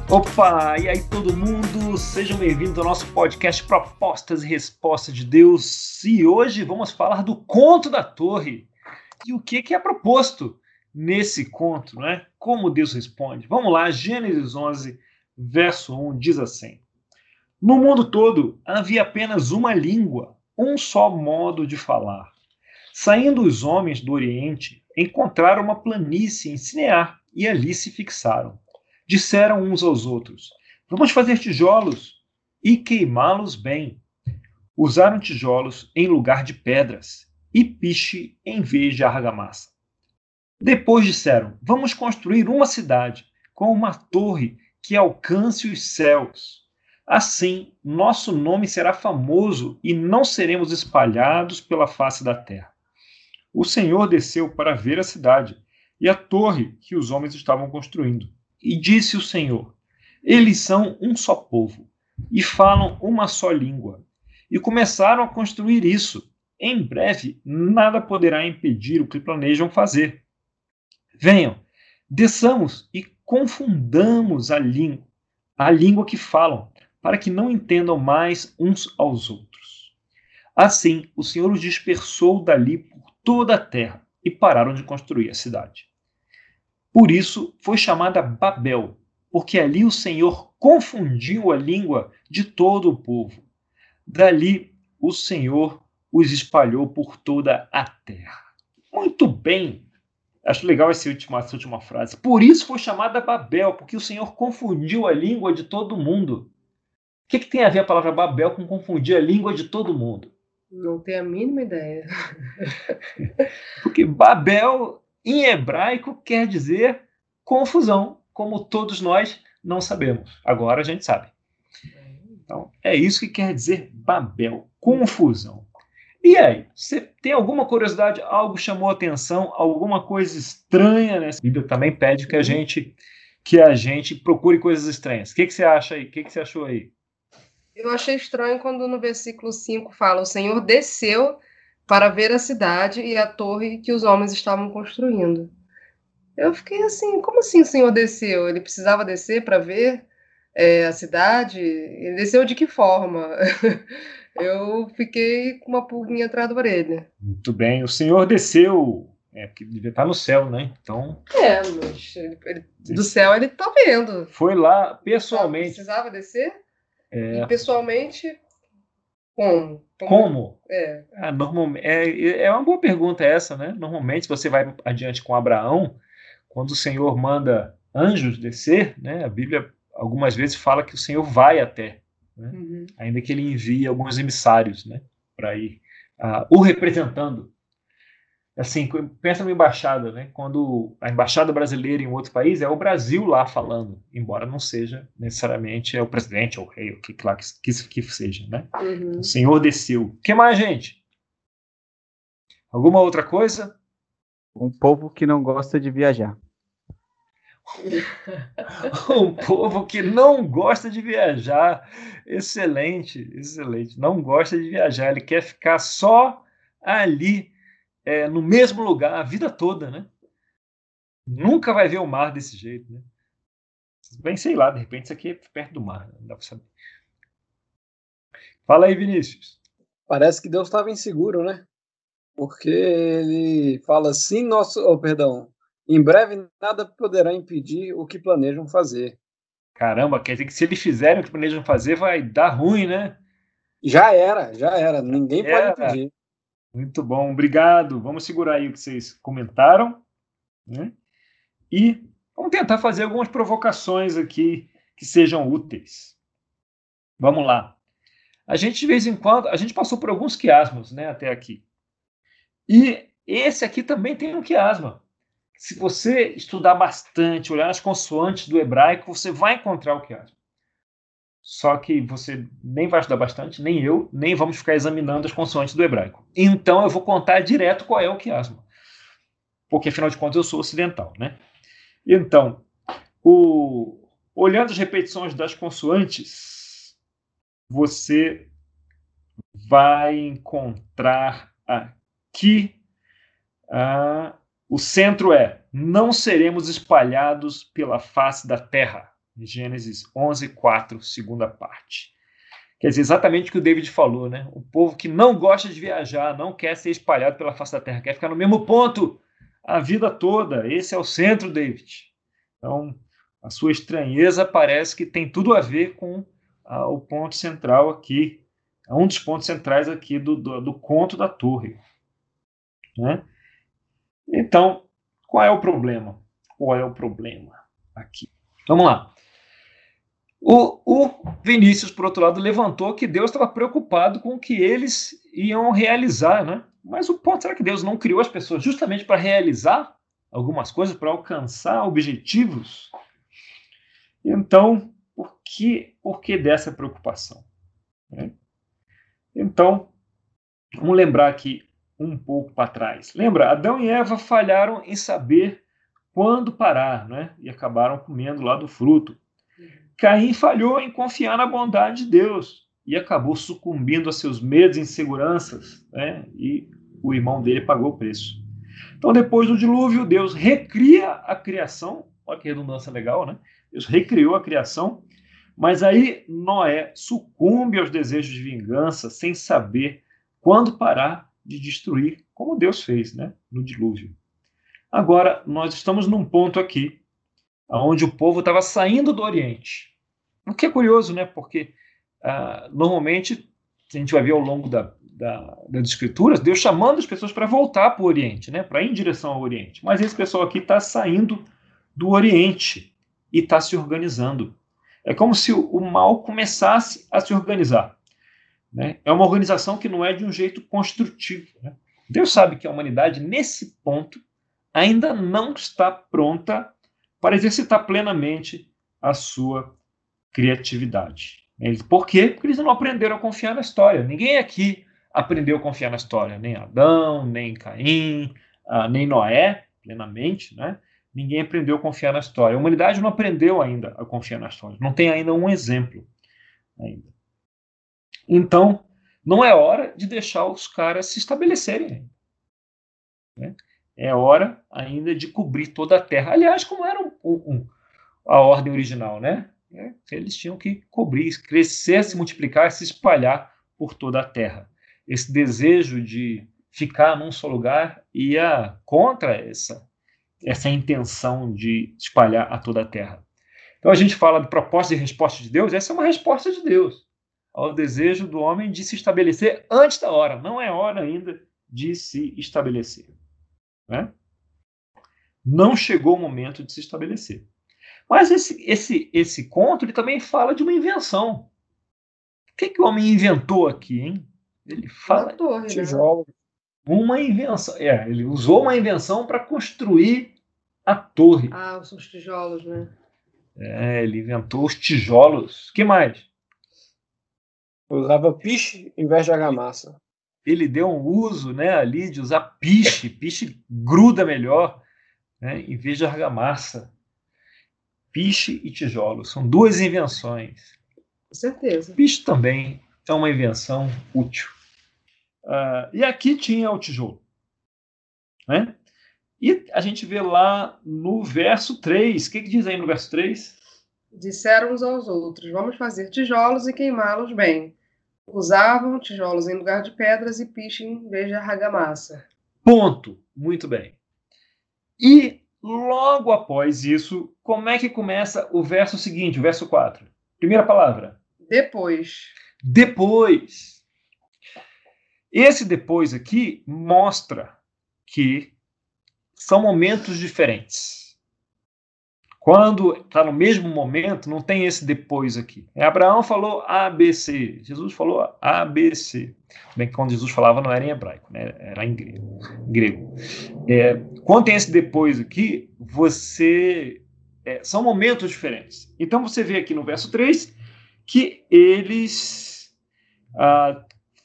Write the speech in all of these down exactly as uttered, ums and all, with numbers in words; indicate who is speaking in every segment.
Speaker 1: Opa, e aí todo mundo, sejam bem-vindos ao nosso podcast Propostas e Respostas de Deus. E hoje vamos falar do Conto da Torre. E o que, que é proposto nesse conto, né? Como Deus responde. Vamos lá, Gênesis onze, verso um, diz assim: No mundo todo havia apenas uma língua, um só modo de falar. Saindo os homens do Oriente, encontraram uma planície em Sinear e ali se fixaram. Disseram uns aos outros: Vamos fazer tijolos e queimá-los bem. Usaram tijolos em lugar de pedras e piche em vez de argamassa. Depois disseram: Vamos construir uma cidade com uma torre que alcance os céus. Assim, nosso nome será famoso e não seremos espalhados pela face da terra. O Senhor desceu para ver a cidade e a torre que os homens estavam construindo. E disse o Senhor: Eles são um só povo e falam uma só língua. E começaram a construir isso. Em breve, nada poderá impedir o que planejam fazer. Venham, desçamos e confundamos a língua, a língua que falam, para que não entendam mais uns aos outros. Assim, o Senhor os dispersou dali por toda a terra e pararam de construir a cidade. Por isso foi chamada Babel, porque ali o Senhor confundiu a língua de todo o povo. Dali o Senhor os espalhou por toda a terra. Muito bem. Acho legal essa última, essa última frase. Por isso foi chamada Babel, porque o Senhor confundiu a língua de todo mundo. O que, que tem a ver a palavra Babel com confundir a língua de todo mundo?
Speaker 2: Não tenho a mínima ideia.
Speaker 1: Porque Babel, em hebraico, quer dizer confusão, como todos nós não sabemos. Agora a gente sabe. Então, é isso que quer dizer Babel, confusão. E aí, você tem alguma curiosidade? Algo chamou a atenção? Alguma coisa estranha nessa Bíblia? Também pede que a gente, que a gente procure coisas estranhas. O que, que você acha aí? O que, que você achou aí?
Speaker 2: Eu achei estranho quando no versículo cinco fala: O Senhor desceu para ver a cidade e a torre que os homens estavam construindo. Eu fiquei assim, como assim o Senhor desceu? Ele precisava descer para ver é, a cidade? Ele desceu de que forma? Eu fiquei com uma pulguinha atrás da orelha.
Speaker 1: Muito bem, o Senhor desceu, é, porque ele devia estar no céu, né? Então,
Speaker 2: É, mas ele, ele, do céu ele tá vendo.
Speaker 1: foi lá pessoalmente.
Speaker 2: Precisava descer?
Speaker 1: É,
Speaker 2: E pessoalmente, como?
Speaker 1: como?
Speaker 2: É.
Speaker 1: Ah, normalmente, é, é uma boa pergunta essa, né? Normalmente, se você vai adiante com Abraão, quando o Senhor manda anjos descer, né? A Bíblia algumas vezes fala que o Senhor vai até, né?
Speaker 2: Uhum.
Speaker 1: Ainda que ele envie alguns emissários, né? Para ir uh, o representando. Assim, pensa numa embaixada, né? Quando a embaixada brasileira em outro país é o Brasil lá falando, embora não seja necessariamente é o presidente ou o rei, o que lá que, que, que seja, né?
Speaker 2: Uhum.
Speaker 1: O Senhor desceu. O que mais, gente? Alguma outra coisa?
Speaker 3: Um povo que não gosta de viajar.
Speaker 1: Um povo que não gosta de viajar. Excelente, excelente. Não gosta de viajar, ele quer ficar só ali, é, no mesmo lugar, a vida toda, né? Nunca vai ver o mar desse jeito, né? Bem, sei lá, de repente isso aqui é perto do mar, não dá pra saber. Fala aí, Vinícius.
Speaker 4: Parece que Deus estava inseguro, né? Porque ele fala assim, nosso, oh, perdão, em breve nada poderá impedir o que planejam fazer.
Speaker 1: Caramba, quer dizer que se eles fizerem o que planejam fazer, vai dar ruim, né?
Speaker 4: Já era, já era, ninguém
Speaker 1: era.
Speaker 4: pode impedir.
Speaker 1: Muito bom, obrigado. Vamos segurar aí o que vocês comentaram, né? E vamos tentar fazer algumas provocações aqui que sejam úteis. Vamos lá. A gente, de vez em quando, a gente passou por alguns quiasmos, né, até aqui. E esse aqui também tem um quiasma. Se você estudar bastante, olhar as consoantes do hebraico, você vai encontrar o quiasma. Só que você nem vai estudar bastante, nem eu, nem vamos ficar examinando as consoantes do hebraico. Então eu vou contar direto qual é o quiasma. Porque, afinal de contas, eu sou ocidental, né? Então, o... olhando as repetições das consoantes, você vai encontrar aqui ah, o centro é: não seremos espalhados pela face da terra. Gênesis onze, quatro, segunda parte. Quer dizer, exatamente o que o David falou, né? O povo que não gosta de viajar, não quer ser espalhado pela face da terra, quer ficar no mesmo ponto a vida toda. Esse é o centro, David. Então, a sua estranheza parece que tem tudo a ver com ah, o ponto central aqui, um dos pontos centrais aqui do, do, do conto da torre. Né? Então, qual é o problema? Qual é o problema aqui? Vamos lá. O, o Vinícius, por outro lado, levantou que Deus estava preocupado com o que eles iam realizar, né? Mas o ponto, será que Deus não criou as pessoas justamente para realizar algumas coisas, para alcançar objetivos? Então, por que, por que dessa preocupação? Né? Então, vamos lembrar aqui um pouco para trás. Lembra, Adão e Eva falharam em saber quando parar, né? E acabaram comendo lá do fruto. Caim falhou em confiar na bondade de Deus e acabou sucumbindo a seus medos e inseguranças, né? E o irmão dele pagou o preço. Então, depois do dilúvio, Deus recria a criação. Olha que redundância legal, né? Deus recriou a criação, mas aí Noé sucumbe aos desejos de vingança sem saber quando parar de destruir, como Deus fez, né? No dilúvio. Agora, nós estamos num ponto aqui onde o povo estava saindo do Oriente. O que é curioso, né? Porque ah, normalmente, a gente vai ver ao longo da, da, das Escrituras, Deus chamando as pessoas para voltar para o Oriente, né? Para ir em direção ao Oriente. Mas esse pessoal aqui está saindo do Oriente e está se organizando. É como se o, o mal começasse a se organizar. Né? É uma organização que não é de um jeito construtivo. Né? Deus sabe que a humanidade, nesse ponto, ainda não está pronta para exercitar plenamente a sua criatividade. Por quê? Porque eles não aprenderam a confiar na história. Ninguém aqui aprendeu a confiar na história. Nem Adão, nem Caim, uh, nem Noé, plenamente. Né? Ninguém aprendeu a confiar na história. A humanidade não aprendeu ainda a confiar na história. Não tem ainda um exemplo. Ainda. Então, não é hora de deixar os caras se estabelecerem. Né? É hora ainda de cobrir toda a terra. Aliás, como era um, um, a ordem original, né? É, eles tinham que cobrir, crescer, se multiplicar, se espalhar por toda a terra. Esse desejo de ficar num só lugar ia contra essa, essa intenção de espalhar a toda a terra. Então a gente fala de proposta e resposta de Deus, essa é uma resposta de Deus ao desejo do homem de se estabelecer antes da hora. Não é hora ainda de se estabelecer. Né? Não chegou o momento de se estabelecer. Mas esse, esse, esse conto ele também fala de uma invenção. O que, que o homem inventou aqui, hein? Ele fala
Speaker 2: uma torre,
Speaker 4: tijolo.
Speaker 2: Né?
Speaker 1: Uma invenção. É, ele usou uma invenção para construir a torre.
Speaker 2: Ah, os tijolos, né?
Speaker 1: É, ele inventou os tijolos. O que mais?
Speaker 4: Usava piche em vez de argamassa.
Speaker 1: Ele deu um uso, né, ali de usar piche. Piche gruda melhor, né, em vez de argamassa. Piche e tijolo são duas invenções.
Speaker 2: Com certeza.
Speaker 1: Piche também é uma invenção útil. Uh, e aqui tinha o tijolo. Né? E a gente vê lá no verso três. O que, que diz aí no verso três?
Speaker 2: Disseram uns aos outros, vamos fazer tijolos e queimá-los bem. Usavam tijolos em lugar de pedras e piche em vez de argamassa.
Speaker 1: Ponto. Muito bem. E logo após isso, como é que começa o verso seguinte, o verso quatro? Primeira palavra.
Speaker 2: Depois.
Speaker 1: Depois. Esse depois aqui mostra que são momentos diferentes. Quando está no mesmo momento, não tem esse depois aqui. Abraão falou A B C, Jesus falou A B C. Bem que quando Jesus falava não era em hebraico, né? Era em grego. grego. É, quando tem esse depois aqui, você é, são momentos diferentes. Então você vê aqui no verso três que eles ah,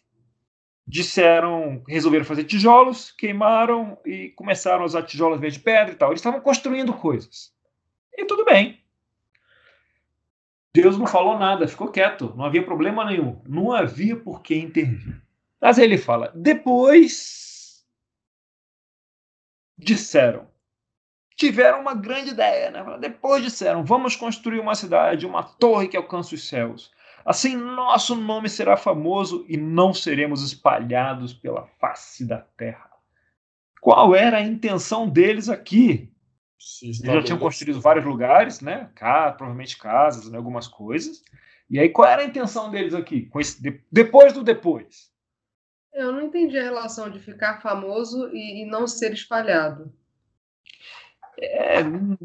Speaker 1: disseram, resolveram fazer tijolos, queimaram e começaram a usar tijolos em vez de pedra e tal. Eles estavam construindo coisas. E tudo bem. Deus não falou nada, ficou quieto, não havia problema nenhum, não havia por que intervir. Mas ele fala, depois disseram. tiveram uma grande ideia, né? Depois disseram, vamos construir uma cidade, uma torre que alcance os céus. Assim nosso nome será famoso e não seremos espalhados pela face da terra. Qual era a intenção deles aqui? Eles já tinham construído vários lugares, né? Cá, provavelmente casas, né? Algumas coisas. E aí, qual era a intenção deles aqui? Com esse, de, depois do depois?
Speaker 2: Eu não entendi a relação de ficar famoso e, e não ser espalhado.
Speaker 1: É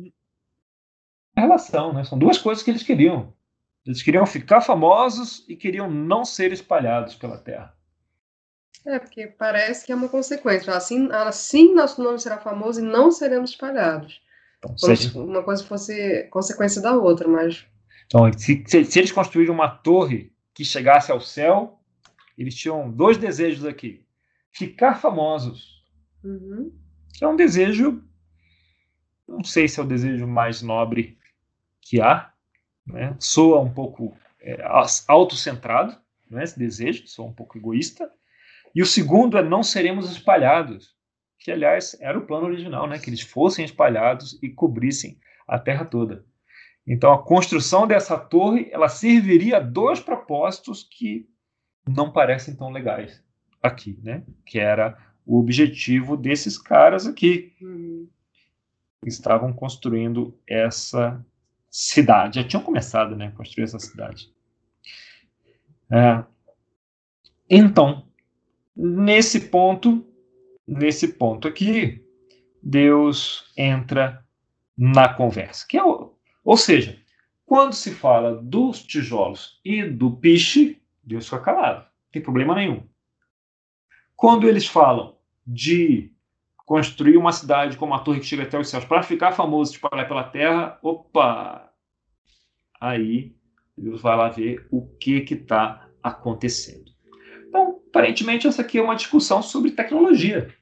Speaker 1: a relação, né? São duas coisas que eles queriam. Eles queriam ficar famosos e queriam não ser espalhados pela terra.
Speaker 2: É, porque parece que é uma consequência. Assim, assim nosso nome será famoso e não seremos espalhados.
Speaker 1: Então,
Speaker 2: Como
Speaker 1: se,
Speaker 2: se uma coisa fosse consequência da outra, mas...
Speaker 1: Então, se, se, se eles construíram uma torre que chegasse ao céu, eles tinham dois desejos aqui. Ficar famosos.
Speaker 2: Uhum.
Speaker 1: Que é um desejo... Não sei se é o desejo mais nobre que há. Né? Soa um pouco é, autocentrado, né? Esse desejo, soa um pouco egoísta. E o segundo é não seremos espalhados, que, aliás, era o plano original, né? Que eles fossem espalhados e cobrissem a terra toda. Então, a construção dessa torre, ela serviria a dois propósitos que não parecem tão legais aqui, né? Que era o objetivo desses caras aqui,
Speaker 2: Uhum.
Speaker 1: que estavam construindo essa cidade. Já tinham começado, né, a construir essa cidade. É. Então, nesse ponto, nesse ponto aqui, Deus entra na conversa. Que é o, ou seja, quando se fala dos tijolos e do piche, Deus fica calado. Não tem problema nenhum. Quando eles falam de construir uma cidade com uma torre que chega até os céus para ficar famoso, espalhar pela terra, opa! Aí Deus vai lá ver o que está acontecendo. Então, aparentemente, essa aqui é uma discussão sobre tecnologia.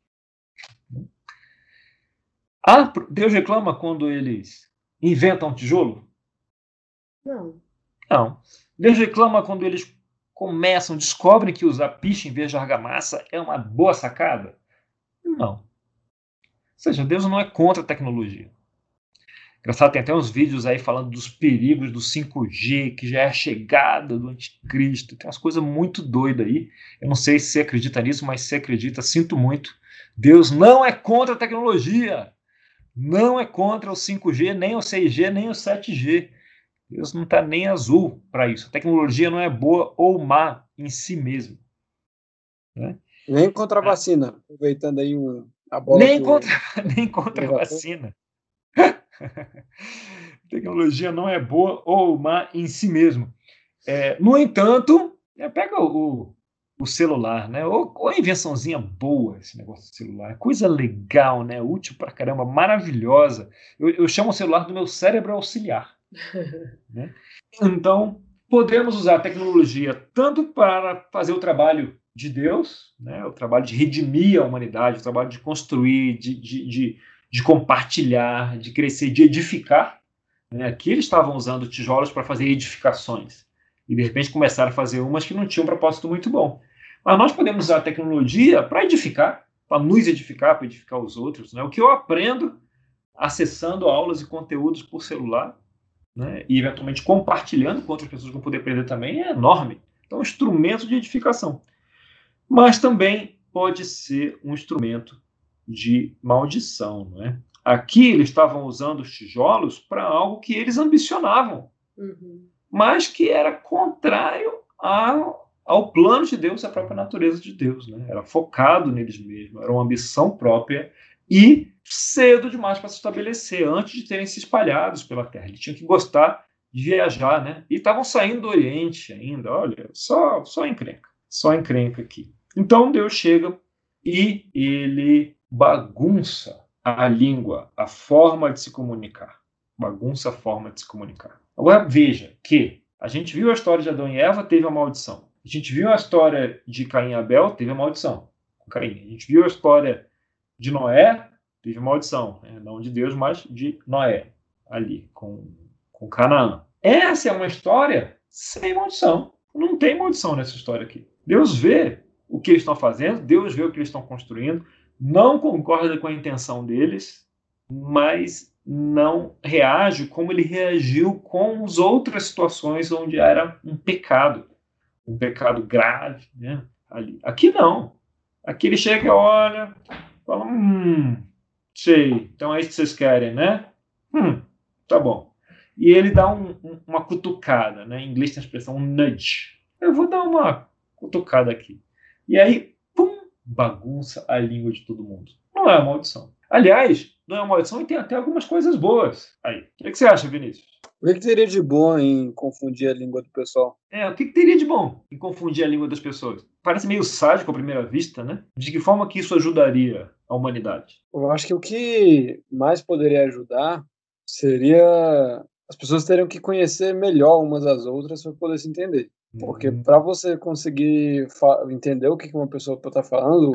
Speaker 1: Ah, Deus reclama quando eles inventam tijolo?
Speaker 2: Não.
Speaker 1: Não. Deus reclama quando eles começam, descobrem que usar piche em vez de argamassa é uma boa sacada? Não. Ou seja, Deus não é contra a tecnologia. Engraçado, tem até uns vídeos aí falando dos perigos do cinco G, que já é a chegada do anticristo. Tem umas coisas muito doidas aí. Eu não sei se você acredita nisso, mas se acredita, sinto muito. Deus não é contra a tecnologia. Não é contra o cinco G, nem o seis G, nem o sete G. Deus não está nem azul para isso. A tecnologia não é boa ou má em si mesma. Né?
Speaker 4: Nem contra a vacina. Aproveitando aí um, a bola.
Speaker 1: Nem contra, nem contra a vacina. Tecnologia não é boa ou má em si mesmo. É, no entanto, é, pega o, o celular, né? Ou, ou a invençãozinha boa, esse negócio de celular. Coisa legal, né? Útil pra caramba, maravilhosa. Eu, eu chamo o celular do meu cérebro auxiliar. Né? Então, podemos usar a tecnologia tanto para fazer o trabalho de Deus, né? O trabalho de redimir a humanidade, o trabalho de construir, de, de, de, de compartilhar, de crescer, de edificar. Né? Aqui eles estavam usando tijolos para fazer edificações. E, de repente, começaram a fazer umas que não tinham um propósito muito bom. Mas nós podemos usar a tecnologia para edificar, para nos edificar, para edificar os outros. Né? O que eu aprendo acessando aulas e conteúdos por celular, né? E, eventualmente, compartilhando com outras pessoas que vão poder aprender também, é enorme. Então, é um instrumento de edificação. Mas também pode ser um instrumento de maldição. Não é? Aqui, eles estavam usando os tijolos para algo que eles ambicionavam.
Speaker 2: Uhum.
Speaker 1: Mas que era contrário ao, ao plano de Deus, à própria natureza de Deus. Né? Era focado neles mesmos, era uma ambição própria e cedo demais para se estabelecer, antes de terem se espalhados pela Terra. Eles tinham que gostar de viajar, né? E estavam saindo do Oriente ainda, olha, só, só encrenca, só encrenca aqui. Então Deus chega e ele bagunça a língua, a forma de se comunicar. Bagunça a forma de se comunicar. Agora veja que a gente viu a história de Adão e Eva, teve a maldição. A gente viu a história de Caim e Abel, teve a maldição com Caim. A gente viu a história de Noé, teve a maldição. Né? Não de Deus, mas de Noé, ali, com, com Canaã. Essa é uma história sem maldição. Não tem maldição nessa história aqui. Deus vê o que eles estão fazendo, Deus vê o que eles estão construindo, não concorda com a intenção deles, mas não reage como ele reagiu com as outras situações onde era um pecado, um pecado grave, né? Ali. Aqui não. Aqui ele chega, olha, fala, hum, sei, então é isso que vocês querem, né? Hum, tá bom. E ele dá um, um, uma cutucada, né? Em inglês tem a expressão um nudge. Eu vou dar uma cutucada aqui. E aí, pum, bagunça a língua de todo mundo. Não é uma maldição. Aliás, não é uma maldição e tem até algumas coisas boas. Aí, o que, que você acha, Vinícius?
Speaker 4: O que, que teria de bom em confundir a língua do pessoal?
Speaker 1: É, o que, que teria de bom em confundir a língua das pessoas? Parece meio sádico à primeira vista, né? De que forma que isso ajudaria a humanidade?
Speaker 4: Eu acho que o que mais poderia ajudar seria as pessoas teriam que conhecer melhor umas às outras para poder se entender. Porque
Speaker 1: Uhum.
Speaker 4: para você conseguir entender o que uma pessoa está falando,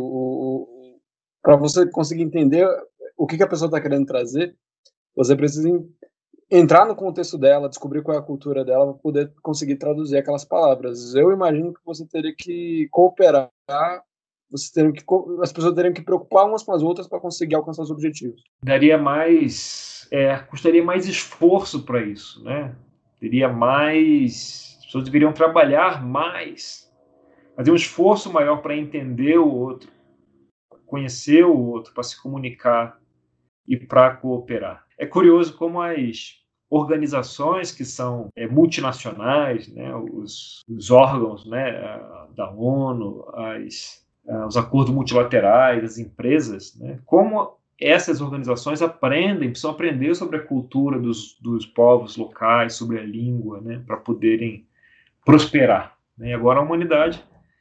Speaker 4: para você conseguir entender o que a pessoa está querendo trazer, você precisa entrar no contexto dela, descobrir qual é a cultura dela, para poder conseguir traduzir aquelas palavras. Eu imagino que você teria que cooperar, você teria que, as pessoas teriam que preocupar umas com as outras para conseguir alcançar os objetivos.
Speaker 1: Daria mais, é, custaria mais esforço para isso, né? Teria mais, as pessoas deveriam trabalhar mais, fazer um esforço maior para entender o outro, conhecer o outro, para se comunicar e para cooperar. É curioso como as organizações que são é, multinacionais, né, os, os órgãos, né, da ONU, as, os acordos multilaterais, as empresas, né, como essas organizações aprendem, precisam aprender sobre a cultura dos, dos povos locais, sobre a língua, né, para poderem prosperar. Né. E agora a humanidade,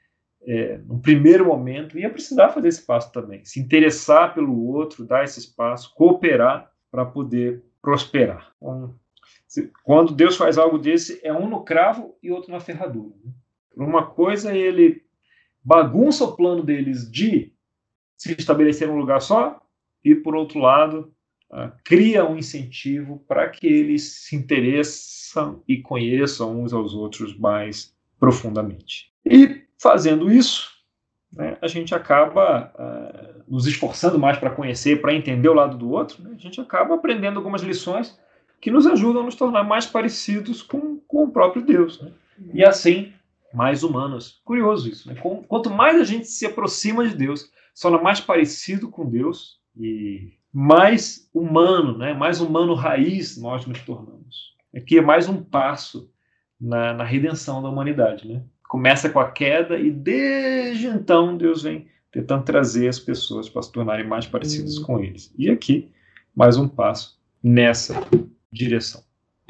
Speaker 1: é, no primeiro momento, ia precisar fazer esse passo também, se interessar pelo outro, dar esse espaço, cooperar para poder prosperar. Então, se, quando Deus faz algo desse, é um no cravo e outro na ferradura. Né? Uma coisa, ele bagunça o plano deles de se estabelecer num lugar só, e, por outro lado, uh, cria um incentivo para que eles se interessam e conheçam uns aos outros mais profundamente. E, fazendo isso, né, a gente acaba uh, nos esforçando mais para conhecer, para entender o lado do outro, né, a gente acaba aprendendo algumas lições que nos ajudam a nos tornar mais parecidos com, com o próprio Deus. Né? E assim, mais humanos. Curioso isso. Né? Quanto mais a gente se aproxima de Deus, se torna mais parecido com Deus e mais humano, né? mais humano raiz nós nos tornamos. Aqui é mais um passo na, na redenção da humanidade. Né? Começa com a queda e desde então Deus vem tentando trazer as pessoas para se tornarem mais parecidas com eles. E aqui, mais um passo nessa direção.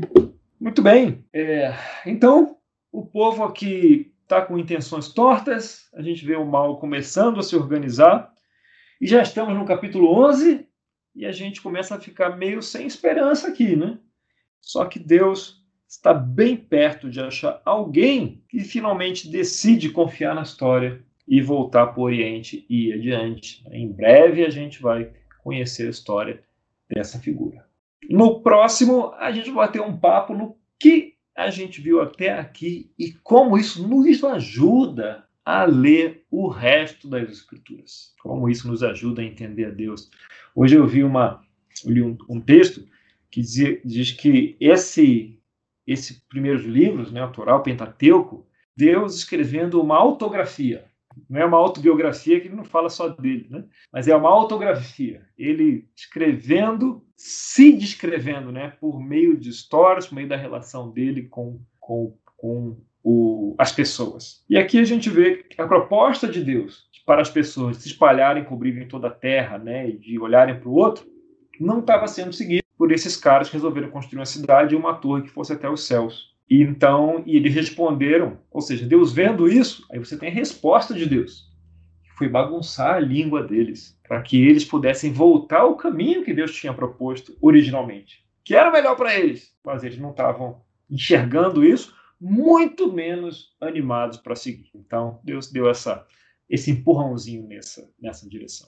Speaker 1: Muito bem. É, então, o povo aqui está com intenções tortas, a gente vê o mal começando a se organizar, e já estamos no capítulo onze, e a gente começa a ficar meio sem esperança aqui, né? Só que Deus está bem perto de achar alguém que finalmente decide confiar na história e voltar para o Oriente e ir adiante. Em breve a gente vai conhecer a história dessa figura. No próximo, a gente vai ter um papo no que a gente viu até aqui e como isso nos ajuda a ler o resto das Escrituras. Como isso nos ajuda a entender a Deus. Hoje eu vi uma, eu li um, um texto que diz, diz que esse, esse primeiros livros, né, o Torá, o Pentateuco, Deus escrevendo uma autografia. Não é uma autobiografia que ele não fala só dele, né? Mas é uma autografia. Ele escrevendo, se descrevendo, né? Por meio de histórias, por meio da relação dele com, com, com o, as pessoas. E aqui a gente vê a proposta de Deus para as pessoas se espalharem, cobrirem toda a terra, né? E de olharem para o outro, não estava sendo seguido por esses caras que resolveram construir uma cidade e uma torre que fosse até os céus. E então, e eles responderam, ou seja, Deus vendo isso, aí você tem a resposta de Deus, que foi bagunçar a língua deles, para que eles pudessem voltar ao caminho que Deus tinha proposto originalmente, que era melhor para eles, mas eles não estavam enxergando isso, muito menos animados para seguir. Então, Deus deu essa, esse empurrãozinho nessa, nessa direção.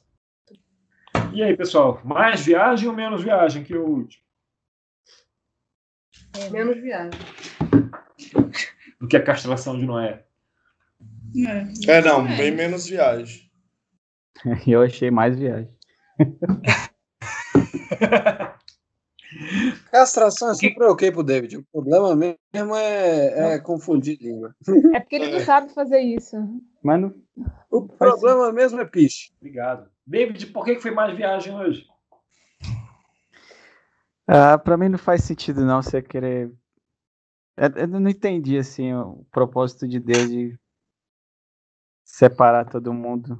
Speaker 1: E aí, pessoal, mais viagem ou menos viagem que o último?
Speaker 2: Menos viagem.
Speaker 1: Do que a castração de Noé.
Speaker 5: É, é não, bem menos viagem.
Speaker 3: Eu achei mais viagem.
Speaker 4: Castração é sempre ok pro David. O problema mesmo é, é confundir língua.
Speaker 6: É porque ele não sabe fazer isso.
Speaker 3: Mas não,
Speaker 4: O problema mesmo é piche.
Speaker 1: Obrigado. David, por que foi mais viagem hoje?
Speaker 3: ah, pra mim não faz sentido não você querer... Eu, eu não entendi assim o propósito de Deus de separar todo mundo.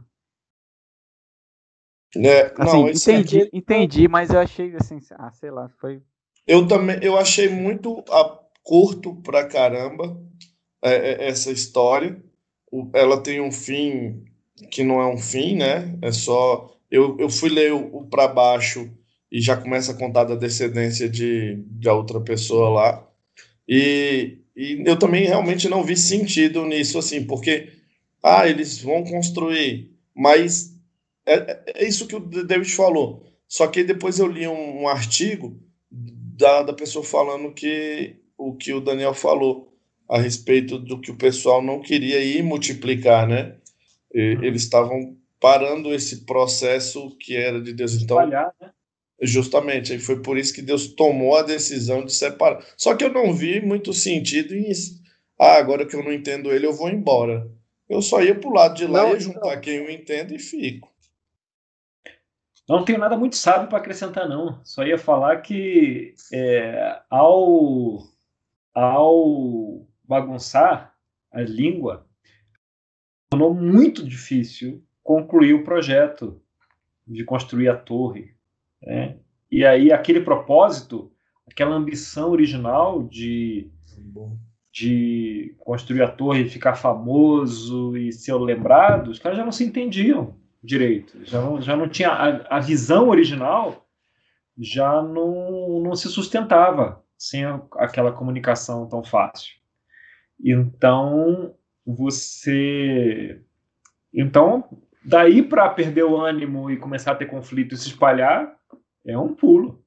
Speaker 5: É,
Speaker 3: Assim,
Speaker 5: não, esse
Speaker 3: entendi,
Speaker 5: aqui,
Speaker 3: entendi, mas eu achei assim, ah, sei lá, foi...
Speaker 5: eu também, eu achei muito a- curto pra caramba é, é, essa história. O- ela tem um fim que não é um fim, né? É só. Eu, eu fui ler o, o para baixo e já começa a contar da descendência de, de outra pessoa lá. E, e eu também realmente não vi sentido nisso, assim, porque, ah, eles vão construir, mas é, é é isso que o David falou. Só que depois eu li um, um artigo da, da pessoa falando que o que o Daniel falou a respeito do que o pessoal não queria ir multiplicar, né? E- Eles estavam parando esse processo que era de Deus. Então,
Speaker 1: Espalhar, né?
Speaker 5: justamente, aí foi por isso que Deus tomou a decisão de separar. Só que eu não vi muito sentido em isso. Ah, agora que eu não entendo ele, eu vou embora. Eu só ia pro lado de lá,
Speaker 4: Não,
Speaker 5: ia juntar quem eu entendo e fico.
Speaker 1: Não tenho nada muito sábio para acrescentar, não. Só ia falar que é, ao, ao bagunçar a língua, tornou muito difícil concluir o projeto de construir a torre, né? E aí aquele propósito, aquela ambição original de, de construir a torre e ficar famoso e ser lembrado, os caras já não se entendiam direito. Já não, já não tinha a, a visão original, já não, não se sustentava sem a, aquela comunicação tão fácil. Então você, então daí para perder o ânimo e começar a ter conflito e se espalhar é um pulo.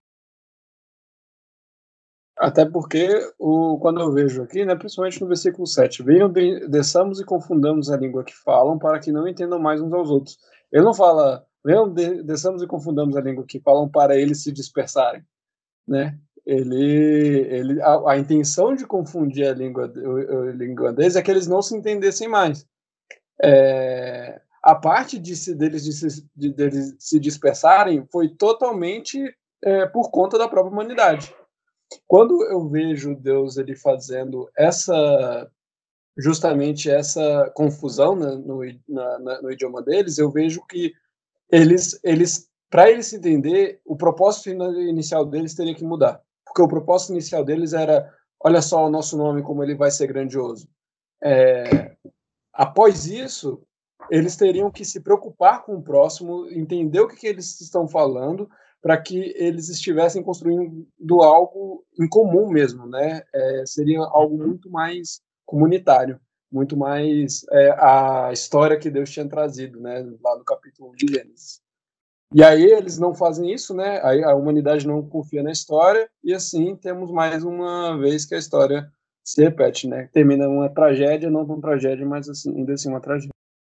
Speaker 4: Até porque, o, quando eu vejo aqui, né, principalmente no versículo sete, venham, de- desçamos e confundamos a língua que falam, para que não entendam mais uns aos outros. Ele não fala, venham, de, desçamos e confundamos a língua que falam, para eles se dispersarem, né? Ele, ele, a, a intenção de confundir a língua, a língua deles é que eles não se entendessem mais. É, a parte de se, deles, de se, de, deles se dispersarem foi totalmente é, por conta da própria humanidade. Quando eu vejo Deus ele fazendo essa justamente essa confusão, né, no, na, na, no idioma deles, eu vejo que eles eles para eles se entender, o propósito inicial deles teria que mudar, porque o propósito inicial deles era, olha só o nosso nome como ele vai ser grandioso. É, após isso, eles teriam que se preocupar com o próximo, entender o que, que eles estão falando, para que eles estivessem construindo algo em comum mesmo, né? É, seria algo muito mais comunitário, muito mais é, a história que Deus tinha trazido, né? Lá no capítulo um de Gênesis. E aí eles não fazem isso, né? Aí a humanidade não confia na história e assim temos mais uma vez que a história se repete, né? Termina uma tragédia, não uma tragédia, mas assim, ainda assim uma tragédia.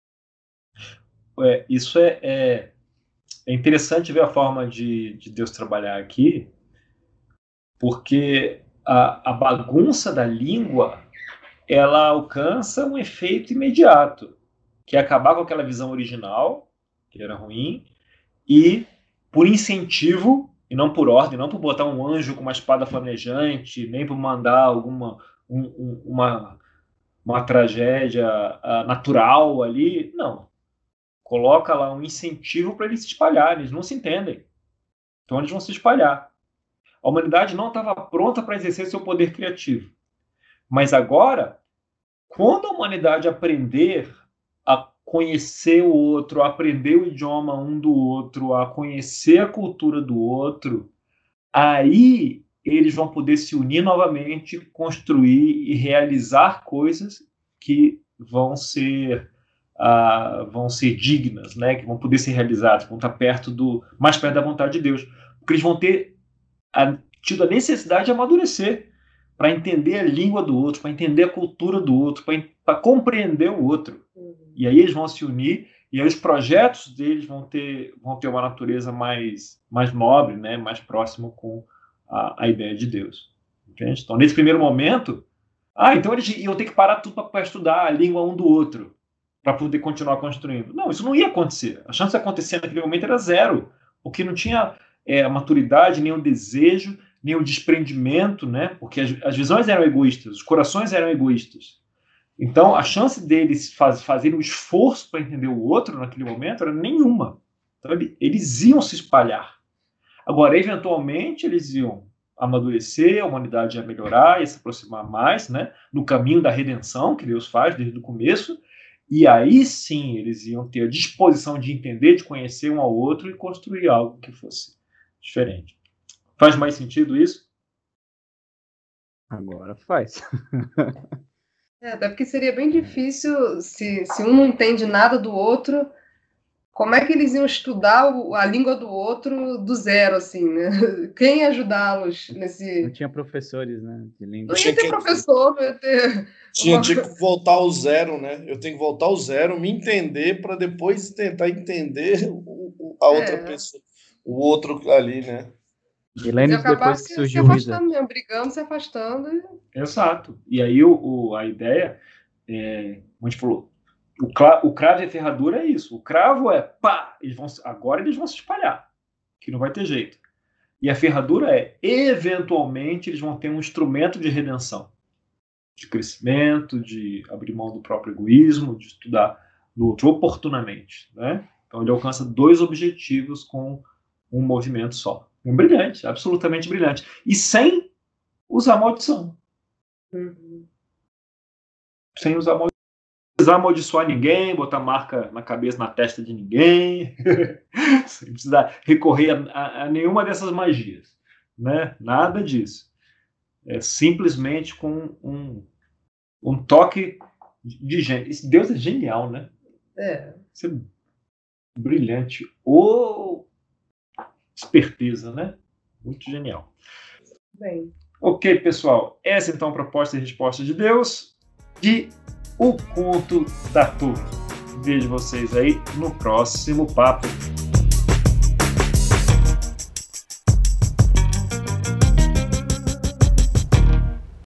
Speaker 1: É, isso é, é, é interessante ver a forma de, de Deus trabalhar aqui, porque a, a bagunça da língua ela alcança um efeito imediato, que é acabar com aquela visão original, que era ruim, e por incentivo, e não por ordem, não por botar um anjo com uma espada flamejante, nem por mandar alguma um, um, uma, uma tragédia uh, natural ali, não. Coloca lá um incentivo para eles se espalharem, eles não se entendem. Então eles vão se espalhar. A humanidade não estava pronta para exercer seu poder criativo. Mas agora, quando a humanidade aprender a conhecer o outro, a aprender o idioma um do outro, a conhecer a cultura do outro, aí eles vão poder se unir novamente, construir e realizar coisas que vão ser, uh, vão ser dignas, né? Que vão poder ser realizadas, vão estar perto do, mais perto da vontade de Deus. Porque eles vão ter a, tido a necessidade de amadurecer para entender a língua do outro, para entender a cultura do outro, para compreender o outro. Uhum. E aí eles vão se unir E aí os projetos deles vão ter, vão ter uma natureza mais, mais nobre, né? Mais próxima com a, a ideia de Deus. Entende? Então, nesse primeiro momento, ah, então eles iam ter que parar tudo para estudar a língua um do outro, para poder continuar construindo. Não, isso não ia acontecer. A chance de acontecer naquele momento era zero, porque não tinha é, a maturidade, nem o desejo, nem o desprendimento, né? Porque as, as visões eram egoístas, os corações eram egoístas. Então, a chance deles faz, fazerem um esforço para entender o outro naquele momento era nenhuma. Sabe? Eles iam se espalhar. Agora, eventualmente, eles iam amadurecer, a humanidade ia melhorar, ia se aproximar mais, né? No caminho da redenção que Deus faz desde o começo. E aí sim, eles iam ter a disposição de entender, de conhecer um ao outro e construir algo que fosse diferente. Faz mais sentido isso?
Speaker 3: Agora faz.
Speaker 2: É, até porque seria bem difícil, se, se um não entende nada do outro, como é que eles iam estudar o, a língua do outro do zero, assim, né? Quem ia ajudá-los nesse...
Speaker 3: Não tinha professores, né, de língua.
Speaker 2: Não ia ter professor, não ia ter...
Speaker 5: Tinha,
Speaker 2: uma...
Speaker 5: tinha que voltar ao zero, né? Eu tenho que voltar ao zero, me entender, para depois tentar entender o, o, a outra
Speaker 2: É.
Speaker 5: pessoa, o outro ali, né?
Speaker 3: Milênios depois que
Speaker 2: se,
Speaker 3: surgiu
Speaker 2: se
Speaker 3: o Isa.
Speaker 2: afastando mesmo, brigando, se afastando. E...
Speaker 1: Exato. E aí o, o, a ideia, é, como a gente falou, o, cla, o cravo e a ferradura é isso. O cravo é pá, eles vão, agora eles vão se espalhar, que não vai ter jeito. E a ferradura é, eventualmente, eles vão ter um instrumento de redenção, de crescimento, de abrir mão do próprio egoísmo, de estudar no outro oportunamente, né? Então ele alcança dois objetivos com um movimento só. É brilhante, absolutamente brilhante. E sem usar maldição.
Speaker 2: Uhum.
Speaker 1: Sem usar maldição. Não precisar amaldiçoar ninguém, botar marca na cabeça, na testa de ninguém. Sem precisar recorrer a, a, a nenhuma dessas magias. Né? Nada disso. É simplesmente com um, um toque de gênio. Deus é genial, né?
Speaker 2: É.
Speaker 1: Isso é brilhante. Ou esperteza, né? Muito genial.
Speaker 2: Bem.
Speaker 1: Ok, pessoal. Essa então é a proposta e resposta de Deus de O Conto da Torre. Vejo vocês aí no próximo papo.